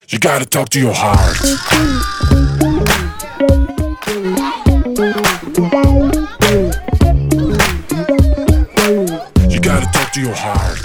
You gotta talk to your heart. You gotta talk to your heart.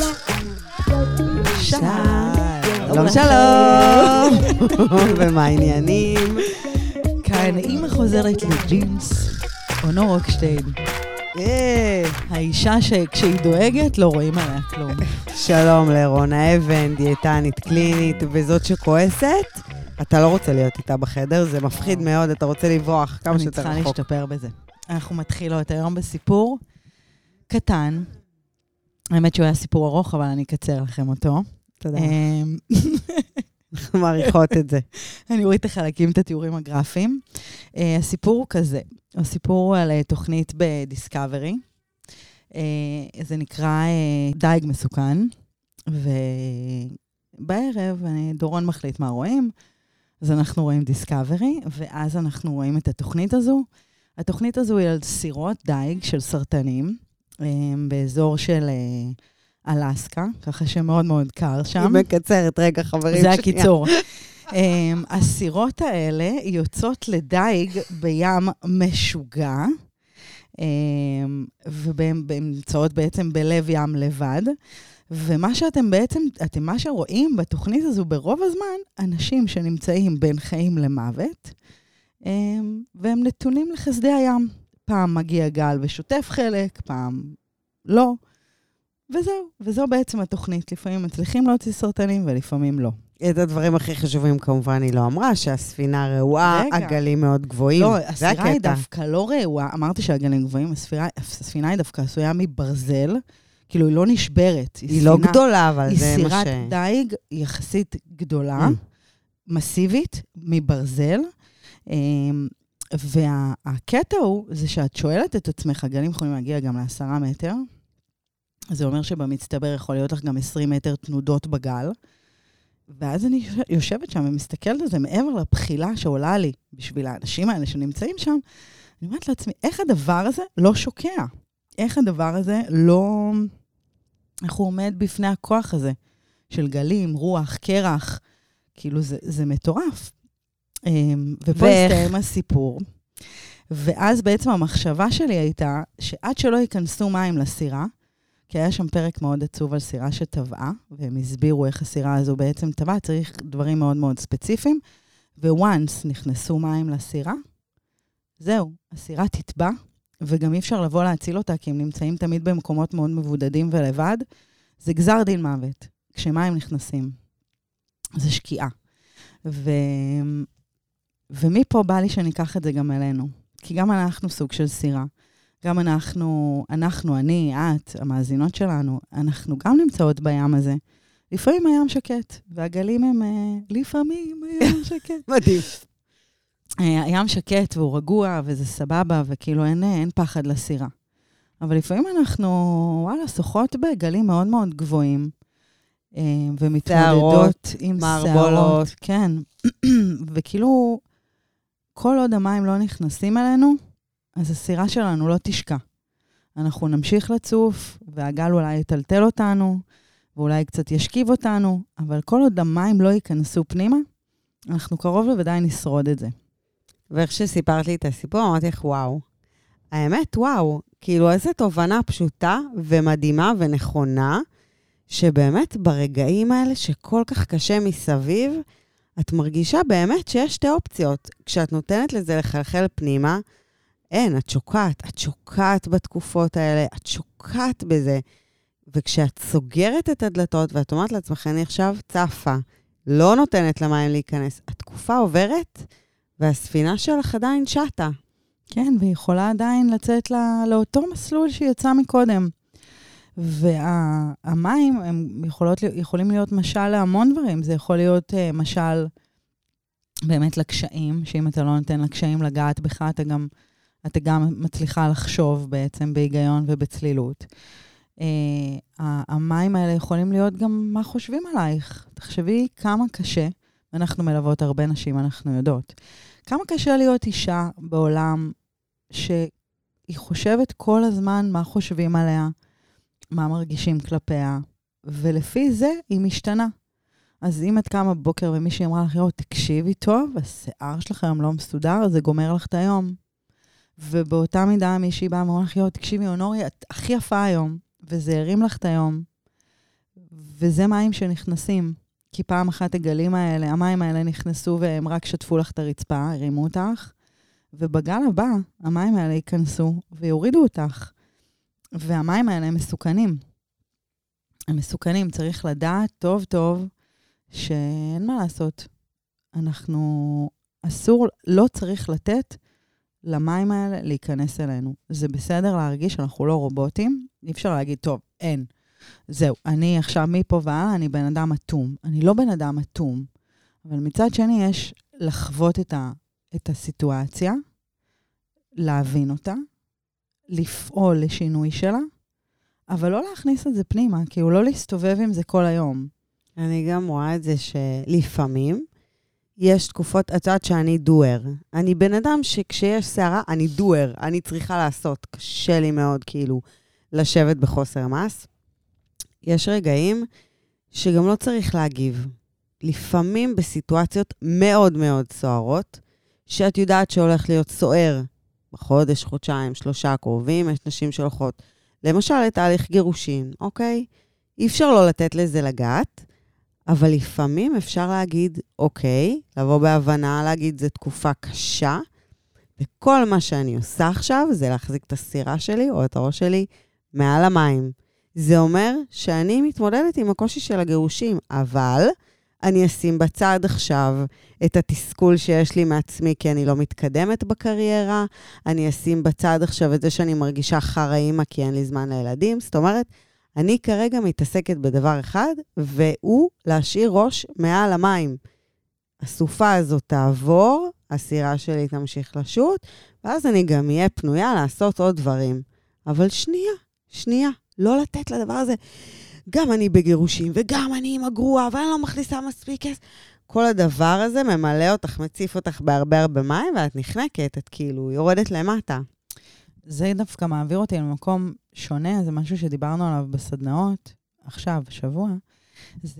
שלום שלום. ומה העניינים? כאן אימא חוזרת לג'ינס, אונו רוקשטיין. האישה שכשהיא דואגת לא רואים עליה כלום. שלום לרונה אבן, דיאטנית קלינית, וזאת שכועסת. אתה לא רוצה להיות איתה בחדר, זה מפחיד מאוד, אתה רוצה לברוח כמה שיותר רחוק. אני צריכה להשתפר בזה. אנחנו מתחילות היום בסיפור קטן. האמת שהוא היה סיפור ארוך, אבל אני אקצר לכם אותו. תודה. מעריכות את זה. אני אוריד את החלקים, את התיאורים הגרפיים. הסיפור הוא כזה. הסיפור על תוכנית בדיסקאברי. זה נקרא דייג מסוכן. ובערב דורון מחליט מה רואים. אז אנחנו רואים דיסקאברי, ואז אנחנו רואים את התוכנית הזו. התוכנית הזו היא על סירות דייג של סרטנים, באזור של אלסקה, ככה שמאוד מאוד קר שם. היא מקצרת, רגע חברים. זה הקיצור. הסירות האלה יוצאות לדייג בים משוגע, והן נמצאות בעצם בלב ים לבד, ומה שאתם בעצם, מה שרואים בתוכנית הזו ברוב הזמן, אנשים שנמצאים בין חיים למוות, והם נתונים לחסדי הים. פעם מגיע גל ושוטף חלק, פעם לא. וזו בעצם התוכנית. לפעמים מצליחים להוציא סרטנים ולפעמים לא. את הדברים הכי חשובים כמובן היא לא אמרה, שהספינה רעועה, הגלים מאוד גבוהים. לא, הספינה היא דווקא לא רעועה. אמרתי שהגלים גבוהים, הספינה היא דווקא עשויה מברזל, כאילו היא לא נשברת. היא לא גדולה, אבל זה מה ש... היא סירת דייג יחסית גדולה, מסיבית, מברזל, והקטע הוא, זה שאת שואלת את עצמך, הגלים יכולים להגיע גם ל10 מטר, זה אומר שבמצטבר יכול להיות לך גם 20 מטר תנודות בגל, ואז אני יושבת שם ומסתכלת על זה מעבר לבחילה שעולה לי בשביל האנשים האלה שנמצאים שם, אני אומרת לעצמי, איך הדבר הזה לא שוקע? איך הדבר הזה לא... איך הוא עומד בפני הכוח הזה של גלים, רוח, קרח, כאילו זה מטורף. ופה הסתיים הסיפור. ואז בעצם המחשבה שלי הייתה שעד שלא ייכנסו מים לסירה, כי היה שם פרק מאוד עצוב על סירה שטבעה, והם הסבירו איך הסירה הזו בעצם טבעה, צריך דברים מאוד מאוד ספציפיים, וואנס נכנסו מים לסירה, זהו, הסירה תטבע, וגם אי אפשר לבוא להציל אותה, כי הם נמצאים תמיד במקומות מאוד מבודדים ולבד, זה גזר דין מוות, כשמים נכנסים. זה שקיעה. ומפה בא לי שניקח את זה גם אלינו, כי גם אנחנו סוג של סירה. גם אנחנו, אני, את, המאזינות שלנו, אנחנו גם נמצאות בים הזה. לפעמים הים שקט, והגלים הם לפעמים הים שקט. מדהים. הים שקט והוא רגוע, וזה סבבה, וכאילו אין פחד לסירה. אבל לפעמים אנחנו, וואלה, שוחות בגלים מאוד מאוד גבוהים, ומתמודדות עם שערות. כן. וכאילו, כל עוד המים לא נכנסים אלינו, אז הסירה שלנו לא תשקע. אנחנו נמשיך לצוף, והגל אולי יטלטל אותנו, ואולי קצת ישכיב אותנו, אבל כל עוד המים לא ייכנסו פנימה, אנחנו קרוב לוודאי נשרוד את זה. ואיך שסיפרת לי את הסיפור, אמרתי לך, וואו. האמת, וואו, כאילו איזו תובנה פשוטה ומדהימה ונכונה, שבאמת ברגעים האלה שכל כך קשה מסביב, את מרגישה באמת שיש 2 אופציות. כשאת נותנת לזה לחלחל פנימה, אין, את שוקעת בתקופות האלה, את שוקעת בזה. וכשאת סוגרת את הדלתות, ואת אומרת לעצמך, אני עכשיו צפה, לא נותנת למים להיכנס, התקופה עוברת, והספינה שלך עדיין שטה. כן, והיא יכולה עדיין לצאת לאותו מסלול שיצא מקודם. והמים הם יכולים להיות משל להמון דברים. זה יכול להיות משל באמת לקשיים, שאם אתה לא נותן לקשיים לגעת בך, אתה גם מצליחה לחשוב בעצם בהיגיון ובצלילות. המים האלה יכולים להיות גם מה חושבים עלייך. תחשבי כמה קשה, ואנחנו מלוות הרבה נשים, אנחנו יודעות. כמה קשה להיות אישה בעולם שהיא חושבת כל הזמן מה חושבים עליה, מה מרגישים כלפיה, ולפי זה היא משתנה. אז אם את קמה בבוקר ומישהי אמרה לך, תקשיבי טוב, השיער שלך היום לא מסודר, זה גומר לך את היום. ובאותה מידה מישהי באה ואומרה לך, תקשיבי, אונורי, את הכי יפה היום, וזה הרים לך את היום. וזה מים שנכנסים, כי פעם אחת המים האלה נכנסו והם רק שטפו לך את הרצפה, הרימו אותך, ובגל הבא המים האלה ייכנסו ויורידו אותך. והמים האלה הם מסוכנים. הם מסוכנים, צריך לדעת טוב טוב, שאין מה לעשות. לא צריך לתת למים האלה להיכנס אלינו. זה בסדר להרגיש שאנחנו לא רובוטים, אי אפשר להגיד, טוב, אין. זהו, אני עכשיו מפה והלאה, אני בן אדם אטום. אני לא בן אדם אטום, אבל מצד שני יש לחוות את הסיטואציה, להבין אותה, לפעול לשינוי שלה, אבל לא להכניס את זה פנימה, כי הוא לא להסתובב עם זה כל היום. אני גם רואה את זה שלפעמים יש תקופות, את יודעת שאני דואר. אני בן אדם שכשיש שערה, אני דואר. אני צריכה לעשות. קשה לי מאוד כאילו לשבת בחוסר מס. יש רגעים שגם לא צריך להגיב. לפעמים בסיטואציות מאוד מאוד סוערות, שאת יודעת שהולך להיות סוער בחודש, חודשיים, 3 הקרובים, יש נשים שהולכות, למשל לתהליך גירושין, אוקיי? אי אפשר לא לתת לזה לגעת, אבל לפעמים אפשר להגיד, אוקיי, לבוא בהבנה, להגיד, זו תקופה קשה, וכל מה שאני עושה עכשיו זה להחזיק את הסירה שלי או את הראש שלי מעל המים. זה אומר שאני מתמודדת עם הקושי של הגירושים, אבל אני אשים בצד עכשיו את התסכול שיש לי מעצמי, כי אני לא מתקדמת בקריירה, אני אשים בצד עכשיו את זה שאני מרגישה חרא אימא, כי אין לי זמן לילדים. זאת אומרת, אני כרגע מתעסקת בדבר אחד, והוא להשאיר ראש מעל המים. הסופה הזאת תעבור, הסירה שלי תמשיך לשוט, ואז אני גם אהיה פנויה לעשות עוד דברים. אבל שנייה, לא לתת לדבר הזה. גם אני בגירושים, וגם אני עם הגרוע, ואני לא מכניסה מספיק כסף. כל הדבר הזה ממלא אותך, מציף אותך בהרבה מים, ואת נחנקת, את כאילו יורדת למטה. זה דווקא מעביר אותי למקום שונה, זה משהו שדיברנו עליו בסדנאות, עכשיו, שבוע, זה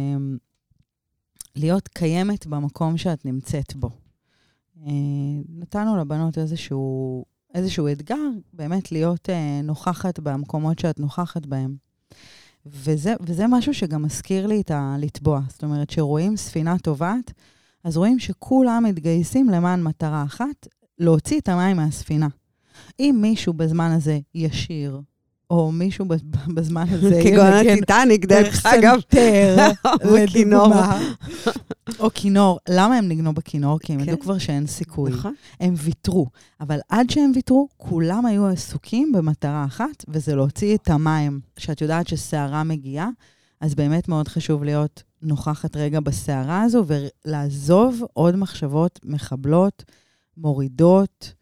להיות קיימת במקום שאת נמצאת בו. נתנו לבנות איזשהו אתגר, באמת להיות נוכחת במקומות שאת נוכחת בהם. וזה משהו שגם מזכיר לי את הלטבוע. זאת אומרת, שרואים ספינה טובעת, אז רואים שכולם מתגייסים למען מטרה אחת, להוציא את המים מהספינה. אם מישהו בזמן הזה ישיר, או מישהו בזמן הזה כגון הטיטניק, דרך אגב. לדוגמה. או כינור. למה הם נגנו בכינור? כי הם ידעו כבר שאין סיכוי. הם ויתרו. אבל עד שהם ויתרו, כולם היו עסוקים במטרה אחת, וזה להוציא את המים. שאת יודעת ששערה מגיעה, אז באמת מאוד חשוב להיות נוכחת רגע בשערה הזו, ולעזוב עוד מחשבות מחבלות, מורידות,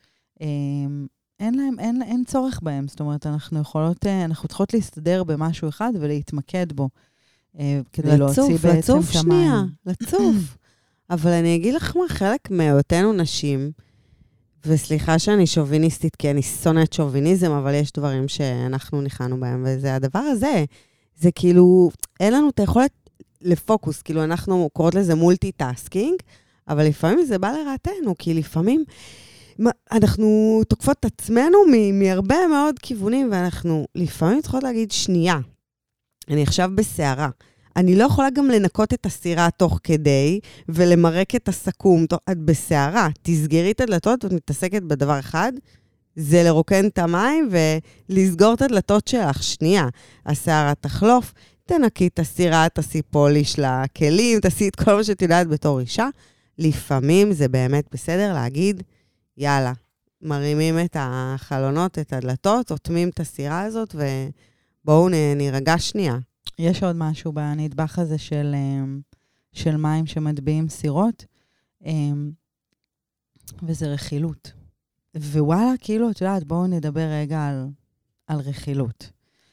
אין צורך בהם. זאת אומרת, אנחנו צריכות להסתדר במשהו אחד ולהתמקד בו. כדי להוציא בעצם שנייה, לצוף. אבל אני אגיד לך מה, חלק מאותנו נשים, וסליחה שאני שוביניסטית, כי אני שונאת שוביניזם, אבל יש דברים שאנחנו ניחנו בהם, וזה הדבר הזה. זה כאילו, אין לנו את היכולת לפוקוס, כאילו אנחנו קוראות לזה מולטי-טאסקינג, אבל לפעמים זה בא לרעתנו, כי לפעמים אנחנו תוקפות את עצמנו מהרבה מאוד כיוונים, ואנחנו לפעמים צריכות להגיד, שנייה, אני עכשיו בסערה. אני לא יכולה גם לנקות את הסירה תוך כדי, ולמרק את הסכום. את בסערה, תסגרי את הדלתות, ואת מתעסקת בדבר אחד, זה לרוקן את המים, ולסגור את הדלתות שלך. שנייה, הסערה תחלוף, תנקי את הסירה, תעשי פוליש לכלים, תעשי את כל מה שאת יודעת בתור אישה. לפעמים זה באמת בסדר להגיד, יאללה, מרימים את החלונות, את הדלתות, אוטמים את הסירה הזאת, ובואו נירגע שנייה. יש עוד משהו בנדבך הזה של מים שמטביעים סירות, וזה רכילות. ווואלה, כאילו, את יודעת, בואו נדבר רגע על רכילות.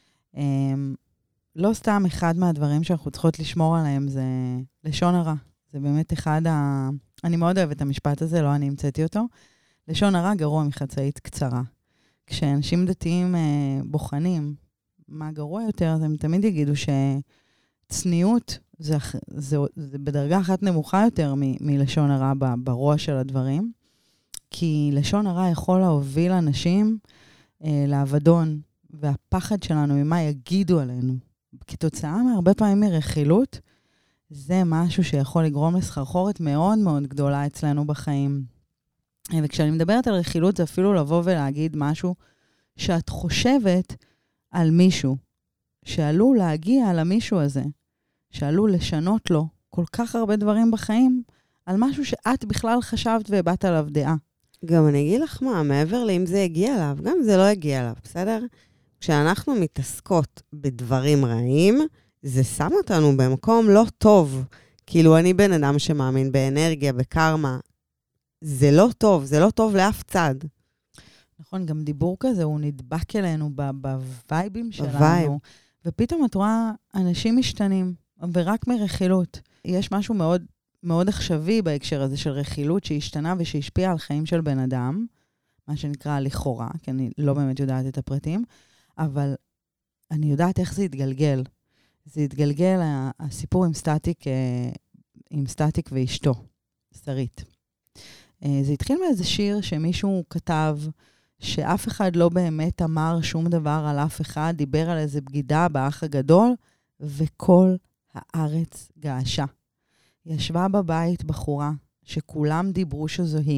לא סתם אחד מהדברים שאנחנו צריכות לשמור עליהם, זה לשון הרע. זה באמת אני מאוד אוהבת את המשפט הזה, לא אני המצאתי אותו. לשון הרע גרוע מחצאית קצרה. כשאנשים דתיים בוחנים מה גרוע יותר, אז הם תמיד יגידו שצניעות זה בדרגה אחת נמוכה יותר מלשון הרע ברוע של הדברים, כי לשון הרע יכול להוביל אנשים לאבדון, והפחד שלנו ממה יגידו עלינו, כתוצאה מהרבה פעמים מרכילות, זה משהו שיכול לגרום לסחרחורת מאוד מאוד גדולה אצלנו בחיים. וכשאני מדברת על רכילות, זה אפילו לבוא ולהגיד משהו שאת חושבת על מישהו, שעלול להגיע למישהו הזה, שעלול לשנות לו כל כך הרבה דברים בחיים, על משהו שאת בכלל חשבת והבאת עליו דעה. גם אני אגיד לך מה, מעבר לאם זה הגיע אליו, גם זה לא הגיע אליו, בסדר? כשאנחנו מתעסקות בדברים רעים, זה שם אותנו במקום לא טוב. כאילו אני בן אדם שמאמין באנרגיה, בקרמה. זה לא טוב, זה לא טוב לאף צד. נכון, גם דיבור כזה, הוא נדבק אלינו בווייבים שלנו. בווייב. ופתאום את רואה אנשים משתנים, ורק מרכילות. יש משהו מאוד, מאוד עכשווי בהקשר הזה של רכילות, שהשתנה ושהשפיע על חיים של בן אדם, מה שנקרא לכאורה, כי אני לא באמת יודעת את הפרטים, אבל אני יודעת איך זה התגלגל. זה התגלגל, הסיפור עם סטטיק ואשתו, שרית. זה התחיל מאיזה שיר שמישהו כתב, שאף אחד לא באמת אמר שום דבר על אף אחד, דיבר על איזה בגידה באח הגדול, וכל הארץ געשה. ישבה בבית בחורה, שכולם דיברו שזו היא,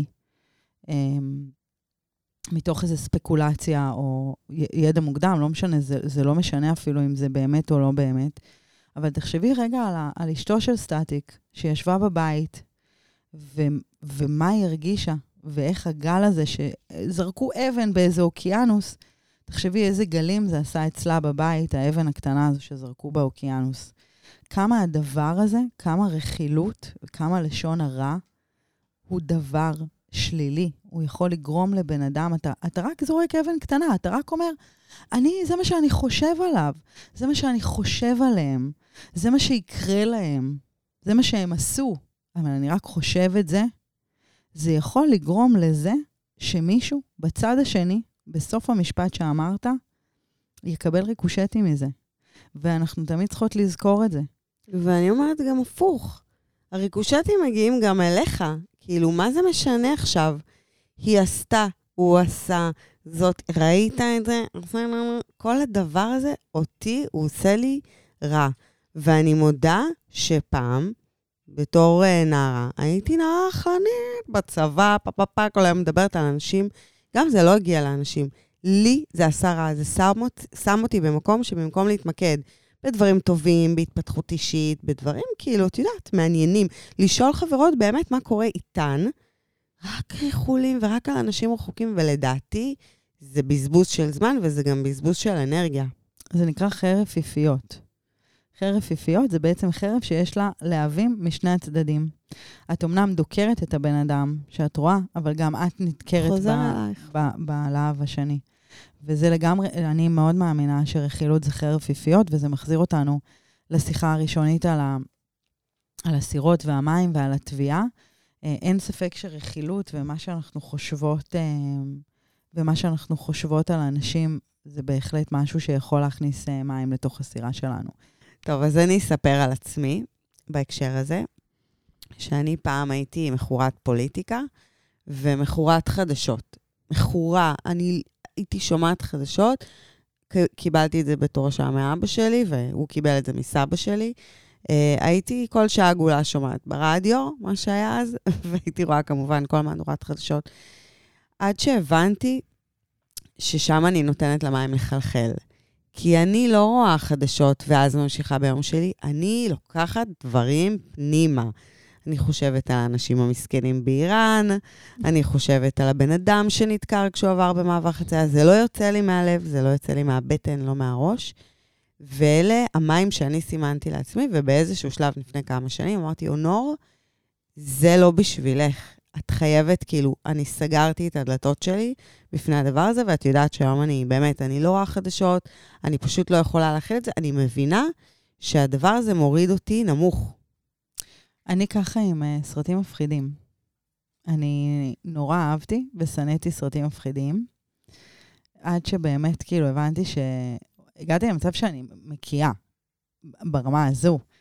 מתוך איזו ספקולציה או ידע מוקדם, לא משנה, זה לא משנה אפילו אם זה באמת או לא באמת. אבל תחשבי רגע על אשתו של סטטיק, שישבה בבית, ומה היא הרגישה, ואיך הגל הזה שזרקו אבן באיזה אוקיינוס, תחשבי איזה גלים זה עשה אצלה בבית, האבן הקטנה הזו שזרקו באוקיינוס. כמה הדבר הזה, כמה רכילות וכמה לשון הרע, הוא דבר שלילי. הוא יכול לגרום לבן אדם, אתה רק זורק אבן קטנה, אתה רק אומר, זה מה שאני חושב עליו, זה מה שאני חושב עליהם, זה מה שיקרה להם, זה מה שהם עשו. אבל אני רק חושב את זה, זה יכול לגרום לזה שמישהו בצד השני, בסוף המשפט שאמרת, יקבל ריקושטים מזה. ואנחנו תמיד צריכות לזכור את זה. ואני אומרת גם הפוך. הריקושטים מגיעים גם אליך. כאילו, מה זה משנה עכשיו? היא עשתה, הוא עשה, זאת, ראית את זה? כל הדבר הזה, אותי, הוא עושה לי רע. ואני מודה שפעם, בתור נערה, הייתי נערה אחלנית בצבא, כל היום מדברת על אנשים, גם זה לא הגיע לאנשים. לי זה עשה רע, זה שם אותי במקום שבמקום להתמקד בדברים טובים, בהתפתחות אישית, בדברים כאילו, את יודעת, מעניינים. לשאול חברות באמת מה קורה איתן, רק ריחולים ורק על אנשים רחוקים, ולדעתי זה בזבוז של זמן וזה גם בזבוז של אנרגיה. זה נקרא חרב פיפיות. חרב פיפיות זה בעצם חרב שיש לה להבים משני הצדדים. את אומנם דוקרת את הבן אדם שאת רואה, אבל גם את נדקרת בלהב השני. וזה לגמרי, אני מאוד מאמינה שרכילות זה חרב פיפיות, וזה מחזיר אותנו לשיחה הראשונית על הסירות והמים ועל התביעה. אין ספק שרכילות ומה שאנחנו חושבות על האנשים, זה בהחלט משהו שיכול להכניס מים לתוך הסירה שלנו. טוב, אז אני אספר על עצמי בהקשר הזה, שאני פעם הייתי מכורת פוליטיקה ומכורת חדשות. אני הייתי שומעת חדשות, קיבלתי את זה בתור שעה מאבא שלי, והוא קיבל את זה מסבא שלי. הייתי כל שעה גולה שומעת ברדיו, מה שהיה אז, והייתי רואה כמובן כל מהדורת חדשות. עד שהבנתי ששם אני נותנת למים לחלחל. כי אני לא רואה חדשות ואז ממשיכה ביום שלי, אני לוקחת דברים פנימה. אני חושבת על האנשים המסכנים באיראן, אני חושבת על הבן אדם שנתקר כשהוא עבר במעבר חצייה, זה לא יוצא לי מהלב, זה לא יוצא לי מהבטן, לא מהראש. ואלה המים שאני סימנתי לעצמי, ובאיזשהו שלב לפני כמה שנים אמרתי, אונור, זה לא בשבילך. את חייבת, כאילו, אני סגרתי את הדלתות שלי בפני הדבר הזה, ואת יודעת שהיום אני לא רואה חדשות, אני פשוט לא יכולה להכיל את זה, אני מבינה שהדבר הזה מוריד אותי נמוך. אני ככה עם סרטים מפחידים. אני נורא אהבתי ושנאתי סרטים מפחידים, עד שבאמת כאילו הבנתי שהגעתי למצב שאני מקיאה ברמה הזו.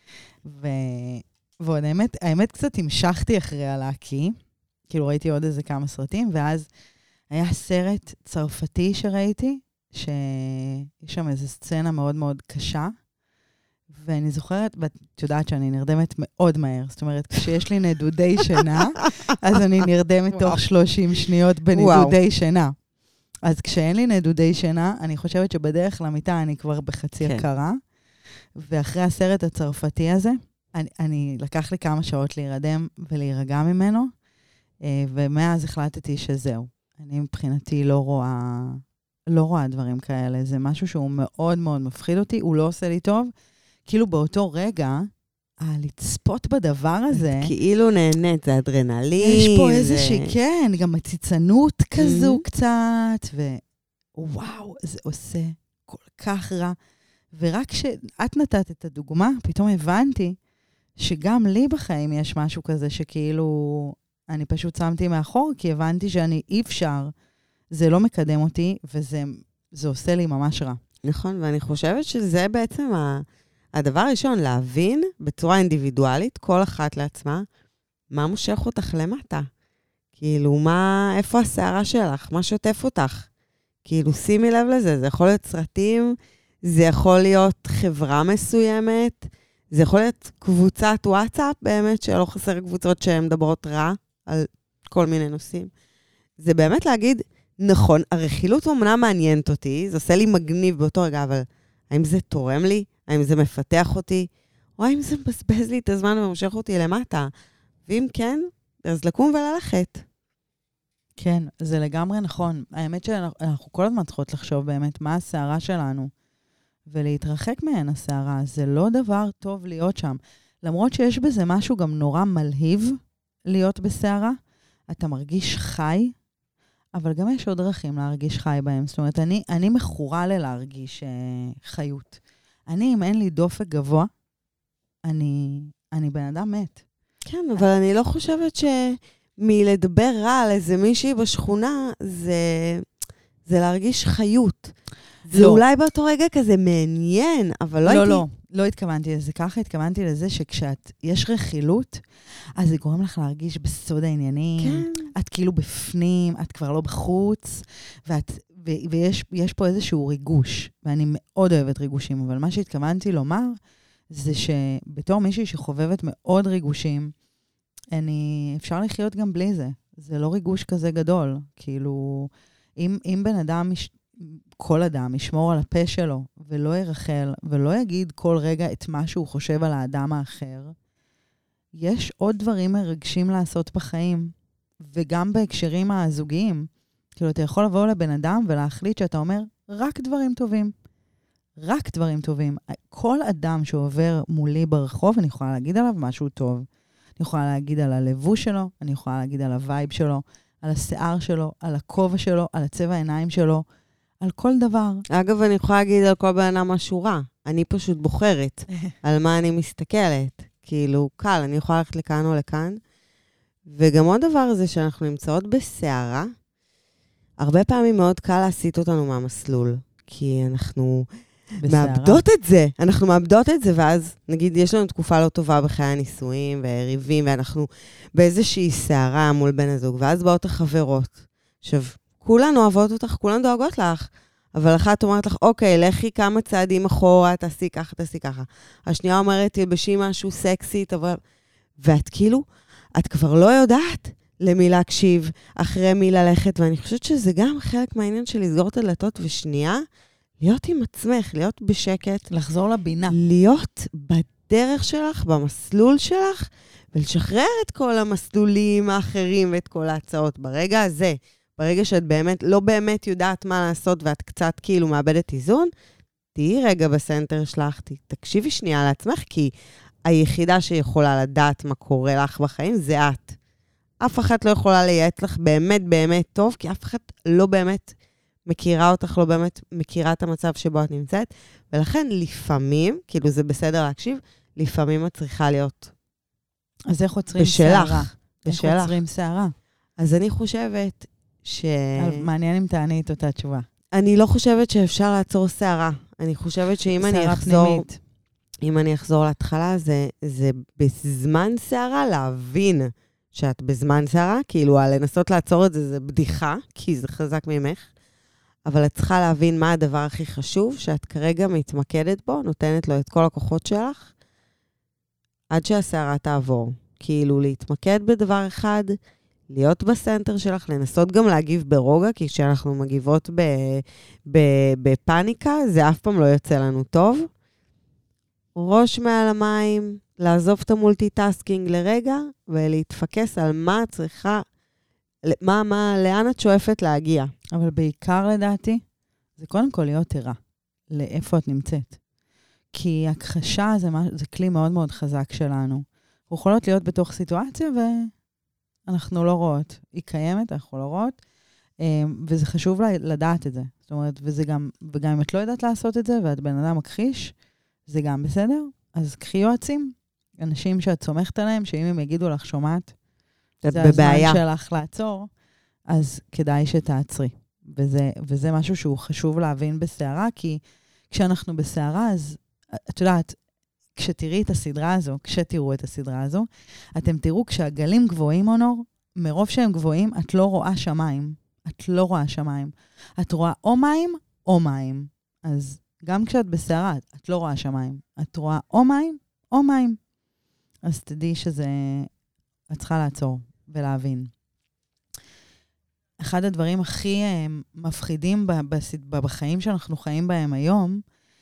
ועוד האמת קצת המשכתי אחרי הלהקי, כאילו ראיתי עוד איזה כמה סרטים, ואז היה סרט צרפתי שראיתי, שיש שם איזו סצנה מאוד מאוד קשה, ואני זוכרת, ואת יודעת שאני נרדמת מאוד מהר, זאת אומרת, כשיש לי נדודי שינה, אז אני נרדמת תוך 30 שניות בנדודי שינה. אז כשאין לי נדודי שינה, אני חושבת שבדרך למיטה אני כבר בחצי הכרה, ואחרי הסרט הצרפתי הזה, אני לקח לי כמה שעות להירדם ולהירגע ממנו, ומאז החלטתי שזהו. אני מבחינתי לא רואה דברים כאלה. זה משהו שהוא מאוד מאוד מפחיד אותי, הוא לא עושה לי טוב. כאילו באותו רגע, לצפות בדבר הזה... כאילו נהנית, זה אדרנלין. יש פה איזושהי, כן, גם מציצנות כזו קצת, ווואו, זה עושה כל כך רע. ורק כשאת נתת את הדוגמה, פתאום הבנתי שגם לי בחיים יש משהו כזה שכאילו אני פשוט שמתי מאחור, כי הבנתי שאני אי אפשר, זה לא מקדם אותי, וזה עושה לי ממש רע. נכון, ואני חושבת שזה בעצם הדבר הראשון, להבין בצורה אינדיבידואלית, כל אחת לעצמה, מה מושך אותך למטה. כאילו, איפה השערה שלך? מה שוטף אותך? כאילו, שימי לב לזה, זה יכול להיות סרטים, זה יכול להיות חברה מסוימת, זה יכול להיות קבוצת וואטסאפ, באמת שלא חסר קבוצות שהן מדברות רע על כל מיני נושאים. זה באמת להגיד, נכון, הרכילות אומנם מעניינת אותי, זה עושה לי מגניב באותו רגע, אבל האם זה תורם לי? האם זה מפתח אותי? או האם זה מבזבז לי את הזמן ומושך אותי למטה? ואם כן, אז לקום וללכת. כן, זה לגמרי נכון. האמת שאנחנו כל הזמן צריכות לחשוב באמת מה השערה שלנו, ולהתרחק מהן השערה. זה לא דבר טוב להיות שם. למרות שיש בזה משהו גם נורא מלהיב להיות בשערה, אתה מרגיש חי, אבל גם יש עוד דרכים להרגיש חי בהם. זאת אומרת, אני מכורה ללהרגיש חיות. אם אין לי דופק גבוה, אני בן אדם מת. כן, אבל אני לא חושבת שמלדבר רע על איזה מישהי בשכונה, זה להרגיש חיות. זה אולי באותו רגע כזה מעניין, אבל לא הייתי... לא התכוונתי לזה ככה, התכוונתי לזה שיש רכילות, אז זה גורם לך להרגיש בסוד העניינים. כן. את כאילו בפנים, את כבר לא בחוץ, ויש פה איזשהו ריגוש, ואני מאוד אוהבת ריגושים, אבל מה שהתכוונתי לומר, זה שבתור מישהי שחובבת מאוד ריגושים, אפשר לחיות גם בלי זה. זה לא ריגוש כזה גדול. כאילו, אם בן אדם, כל אדם ישמור על הפה שלו, ולא ירחל, ולא יגיד כל רגע את מה שהוא חושב על האדם האחר, יש עוד דברים מרגשים לעשות בחיים, וגם בהקשרים הזוגיים. כאילו, אתה יכול לבוא לבן אדם ולהחליט שאתה אומר, רק דברים טובים. רק דברים טובים. כל אדם שעובר מולי ברחוב, אני יכולה להגיד עליו משהו טוב. אני יכולה להגיד על הלבוש שלו, אני יכולה להגיד על הווייב שלו, על השיער שלו, על הכובע שלו, על הצבע העיניים שלו, על כל דבר. אגב, אני יכולה להגיד על כל בן אדם משהו רע. אני פשוט בוחרת על מה אני מסתכלת. כאילו, קל, אני יכולה ללכת לכאן או לכאן. וגם עוד דבר זה שאנחנו נמצאות בסערה, הרבה פעמים מאוד קל להסיט אותנו מהמסלול. כי אנחנו מאבדות את זה. אנחנו מאבדות את זה, ואז נגיד, יש לנו תקופה לא טובה בחיי הנישואים וריבים, ואנחנו באיזושהי שערה מול בן הזוג, ואז באות החברות. עכשיו, כולן אוהבות אותך, כולן דואגות לך, אבל אחת אומרת לך, אוקיי, לכי כמה צעדים אחורה, תעשי ככה, תעשי ככה. השנייה אומרת, תלבשי משהו סקסית, אבל... ואת כאילו, את כבר לא יודעת למי להקשיב, אחרי מי ללכת, ואני חושבת שזה גם חלק מהעניין של לסגור את הדלתות, ושנייה, להיות עם עצמך, להיות בשקט. לחזור לבינה. להיות בדרך שלך, במסלול שלך, ולשחרר את כל המסלולים האחרים ואת כל ההצעות. ברגע הזה, ברגע שאת באמת, לא באמת יודעת מה לעשות, ואת קצת כאילו מאבדת איזון, תהיי רגע בסנטר שלך, תקשיבי שנייה לעצמך, כי היחידה שיכולה לדעת מה קורה לך בחיים, זה את. אף אחת לא יכולה לייעץ לך באמת באמת טוב, כי אף אחת לא באמת מכירה אותך, לא באמת מכירה את המצב שבו את נמצאת, ולכן לפעמים, כאילו זה בסדר להקשיב, לפעמים את צריכה להיות אז איך עוצרים שערה? בשלך. איך עוצרים שערה? אז אני חושבת מעניין אם תעני את אותה תשובה. אני לא חושבת שאפשר לעצור שערה. אני חושבת שאם אני אחזור... שערה פנימית. אם אני אחזור להתחלה, זה בזמן שערה להבין שאת בזמן שערה, כאילו לנסות לעצור את זה, זה בדיחה, כי זה חזק ממך, אבל את צריכה להבין מה הדבר הכי חשוב, שאת כרגע מתמקדת בו, נותנת לו את כל הכוחות שלך, עד שהשערה תעבור. כאילו להתמקד בדבר אחד, להיות בסנטר שלך, לנסות גם להגיב ברוגע, כי כשאנחנו מגיבות בפאניקה, זה אף פעם לא יוצא לנו טוב. ראש מעל המים, לעזוב את המולטיטאסקינג לרגע, ולהתפקס על מה את צריכה, לאן את שואפת להגיע. אבל בעיקר לדעתי, זה קודם כל להיות ערה, לאיפה את נמצאת. כי הכחשה זה כלי מאוד מאוד חזק שלנו. אנחנו יכולות להיות בתוך סיטואציה ואנחנו לא רואות. היא קיימת, אנחנו לא רואות, וזה חשוב לדעת את זה. זאת אומרת, וגם אם את לא יודעת לעשות את זה, ואת בן אדם מכחיש, זה גם בסדר. אז קחי יועצים, אנשים שאת סומכת עליהם, שאם הם יגידו לך שומעת, זה הזמן שלך לעצור, אז כדאי שתעצרי. וזה משהו שהוא חשוב להבין בסערה, כי כשאנחנו בסערה, אז את יודעת, כשתראו את הסדרה הזו, אתם תראו כשהגלים גבוהים, אונור, מרוב שהם גבוהים, את לא רואה שמיים. את לא רואה שמיים. את רואה או מים או מים. אז גם כשאת בסערה, את לא רואה שמיים. את רואה או מים או מים. אז תדעי שזה, את צריכה לעצור ולהבין. אחד הדברים הכי מפחידים בחיים שאנחנו חיים בהם היום,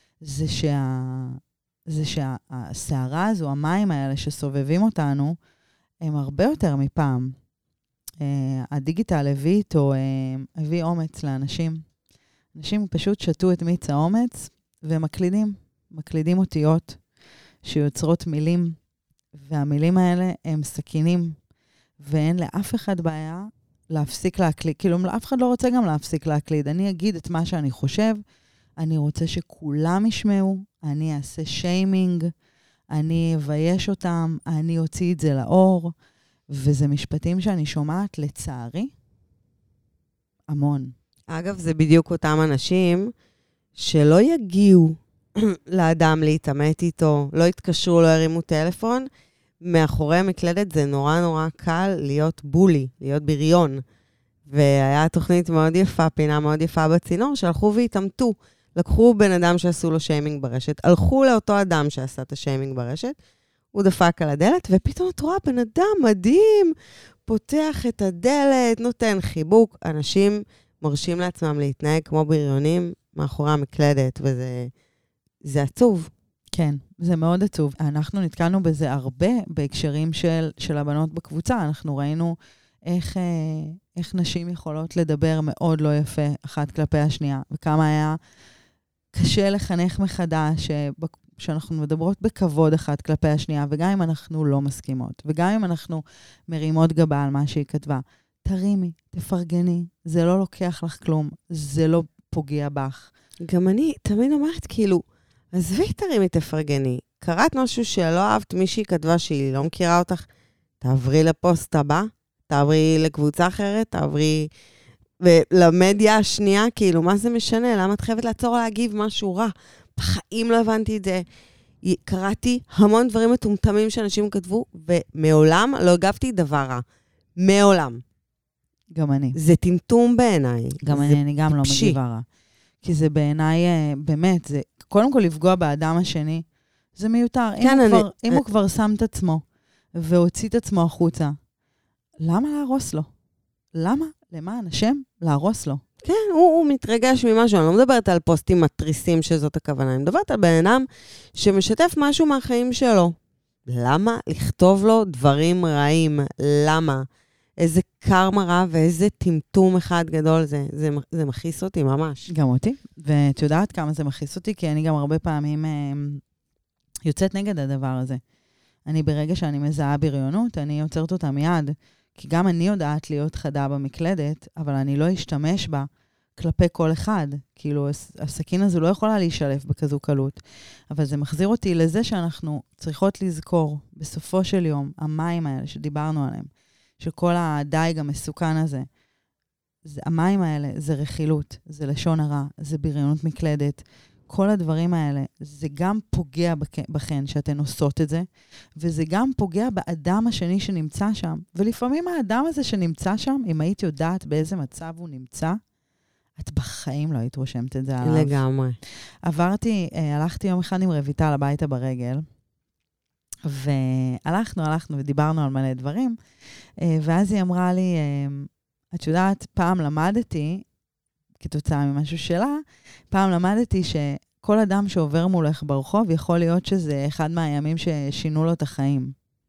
זה שהסערה הזו, המים האלה שסובבים אותנו, הם הרבה יותר מפעם. הדיגיטל הביא אומץ לאנשים. אנשים פשוט שתו את מיץ האומץ, ומקלידים אותיות שיוצרות מילים, והמילים האלה הם סכינים, ואין לאף אחד בעיה להפסיק להקליד. כאילו, אף אחד לא רוצה גם להפסיק להקליד. אני אגיד את מה שאני חושב, אני רוצה שכולם ישמעו, אני אעשה שיימינג, אני אבייש אותם, אני אוציא את זה לאור, וזה משפטים שאני שומעת לצערי המון. אגב, זה בדיוק אותם אנשים שלא יגיעו לאדם להתאמת איתו, לא יתקשרו, לא ירימו טלפון, מאחורי מקלדת זה נורא נורא קל להיות בולי, להיות בריון. והיה תוכנית מאוד יפה, פינה מאוד יפה בצינור, שהלכו והתאמתו. לקחו בן אדם שעשו לו שיימינג ברשת, הלכו לאותו אדם שעשה את השיימינג ברשת, הוא דפק על הדלת, ופתאום את רואה בן אדם מדהים, פותח את הדלת, נותן חיבוק. אנשים מרשים לעצמם להתנהג כמו בריונים מאחורי המקלדת, וזה עצוב. כן, זה מאוד עצוב. אנחנו נתקלנו בזה הרבה בהקשרים של הבנות בקבוצה. אנחנו ראינו איך נשים יכולות לדבר מאוד לא יפה אחת כלפי השנייה, וכמה היה קשה לחנך מחדש שאנחנו מדברות בכבוד אחת כלפי השנייה, וגם אם אנחנו לא מסכימות, וגם אם אנחנו מרימות גבה על מה שהיא כתבה, תרימי, תפרגני, זה לא לוקח לך כלום, זה לא פוגע בך. גם אני תמיד אומרת כאילו, עזבי תרימי תפרגני, קראת משהו שלא אהבת, מישהי כתבה שהיא לא מכירה אותך, תעברי לפוסט הבא, תעברי לקבוצה אחרת, תעברי למדיה השנייה, כאילו, מה זה משנה? למה את חייבת לעצור להגיב משהו רע? בחיים לא הבנתי את זה. קראתי המון דברים מטומטמים שאנשים כתבו, ומעולם לא הגבתי דבר רע. מעולם. גם אני. זה טמטום בעיניי. גם אני גם לא מגיבה רע. כי זה בעיניי, באמת, זה קודם כל לפגוע באדם השני, זה מיותר. אם הוא כבר שם את עצמו, והוציא את עצמו החוצה, למה להרוס לו? למה? למען השם, להרוס לו. כן, הוא מתרגש ממשהו. אני לא מדברת על פוסטים מטריסים שזאת הכוונה. אני מדברת על בן אדם שמשתף משהו מהחיים שלו. למה לכתוב לו דברים רעים? למה? איזה קרמה רע ואיזה טמטום אחד גדול זה. זה מכעיס אותי ממש. גם אותי. ואת יודעת כמה זה מכעיס אותי, כי אני גם הרבה פעמים יוצאת נגד הדבר הזה. אני ברגע שאני מזהה בריונות, אני יוצרת אותה מיד. כי גם אני יודעת להיות חדה במקלדת, אבל אני לא אשתמש בה כלפי כל אחד. כאילו, הסכין הזו לא יכולה להישלף בכזו קלות. אבל זה מחזיר אותי לזה שאנחנו צריכות לזכור, בסופו של יום, המים האלה שדיברנו עליהם, שכל הדייג המסוכן הזה, המים האלה זה רכילות, זה לשון הרע, זה בריונות מקלדת. כל הדברים האלה, זה גם פוגע בכן שאתן עושות את זה, וזה גם פוגע באדם השני שנמצא שם. ולפעמים האדם הזה שנמצא שם, אם היית יודעת באיזה מצב הוא נמצא, את בחיים לא היית רושמת את זה עליו. לגמרי. הלכתי יום אחד עם רויטל הביתה ברגל, והלכנו ודיברנו על מלא דברים, ואז היא אמרה לי, את יודעת, פעם למדתי, כתוצאה ממשהו שלה, פעם למדתי שכל אדם שעובר מולך ברחוב, יכול להיות שזה אחד מהימים ששינו לו את החיים.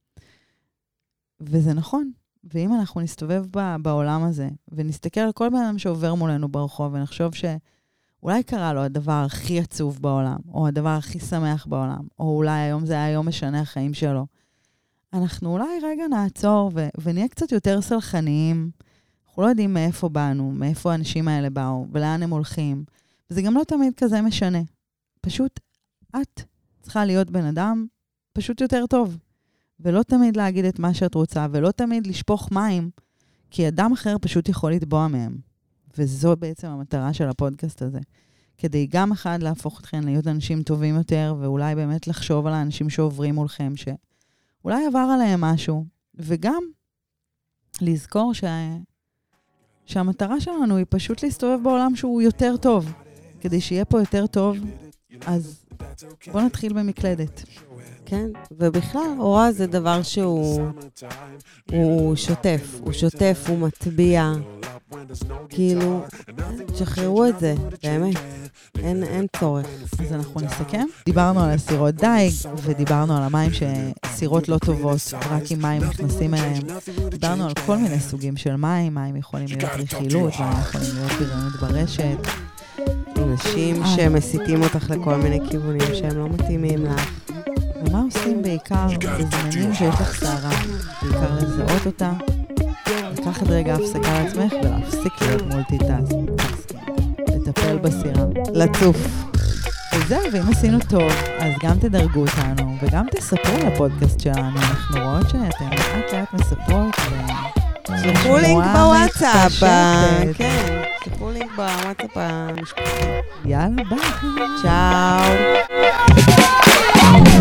וזה נכון. ואם אנחנו נסתובב בעולם הזה, ונסתכל על כל בן אדם שעובר מולנו ברחוב, ונחשוב שאולי קרה לו הדבר הכי עצוב בעולם, או הדבר הכי שמח בעולם, או אולי היום זה היה יום משנה החיים שלו, אנחנו אולי רגע נעצור ונהיה קצת יותר סלחניים. אנחנו לא יודעים מאיפה באנו, מאיפה האנשים האלה באו, ולאן הם הולכים. וזה גם לא תמיד כזה משנה. פשוט את צריכה להיות בן אדם פשוט יותר טוב. ולא תמיד להגיד את מה שאת רוצה, ולא תמיד לשפוך מים, כי אדם אחר פשוט יכול לטבוע מהם. וזו בעצם המטרה של הפודקאסט הזה. כדי גם אחד להפוך אתכם להיות אנשים טובים יותר, ואולי באמת לחשוב על האנשים שעוברים מולכם, שאולי עבר עליהם משהו, וגם לזכור שהמטרה שלנו היא פשוט להסתובב בעולם שהוא יותר טוב. כדי שיהיה פה יותר טוב, אז בוא נתחיל במקלדת. כן, ובכלל, רוע זה דבר שהוא שוטף, הוא מטביע, כאילו, שחררו את זה, באמת, אין צורך. אז אנחנו נסכם. דיברנו על הסירות דייג, ודיברנו על המים שסירות לא טובות, רק עם מים נכנסים אליהם. דיברנו על כל מיני סוגים של מים יכולים להיות רכילות, מים יכולים להיות בריונות ברשת. אנשים שמסיתים אותך לכל מיני כיוונים שהם לא מתאימים לך. ומה עושים בעיקר בזמנים שיש לך שערה? בעיקר לזהות אותה, לקחת רגע הפסקה לעצמך ולהפסיק להיות מולטיטאסקינג. לטפל בסירה. לצוף. וזהו, ואם עשינו טוב, אז גם תדרגו אותנו, וגם תספרו לפודקאסט שלנו. אנחנו רואות שאתם לאט מספרות. שלחו לינק בוואטסאפ. כן, שלחו לינק בוואטסאפ המשפחתי. יאללה, ביי. צ'או.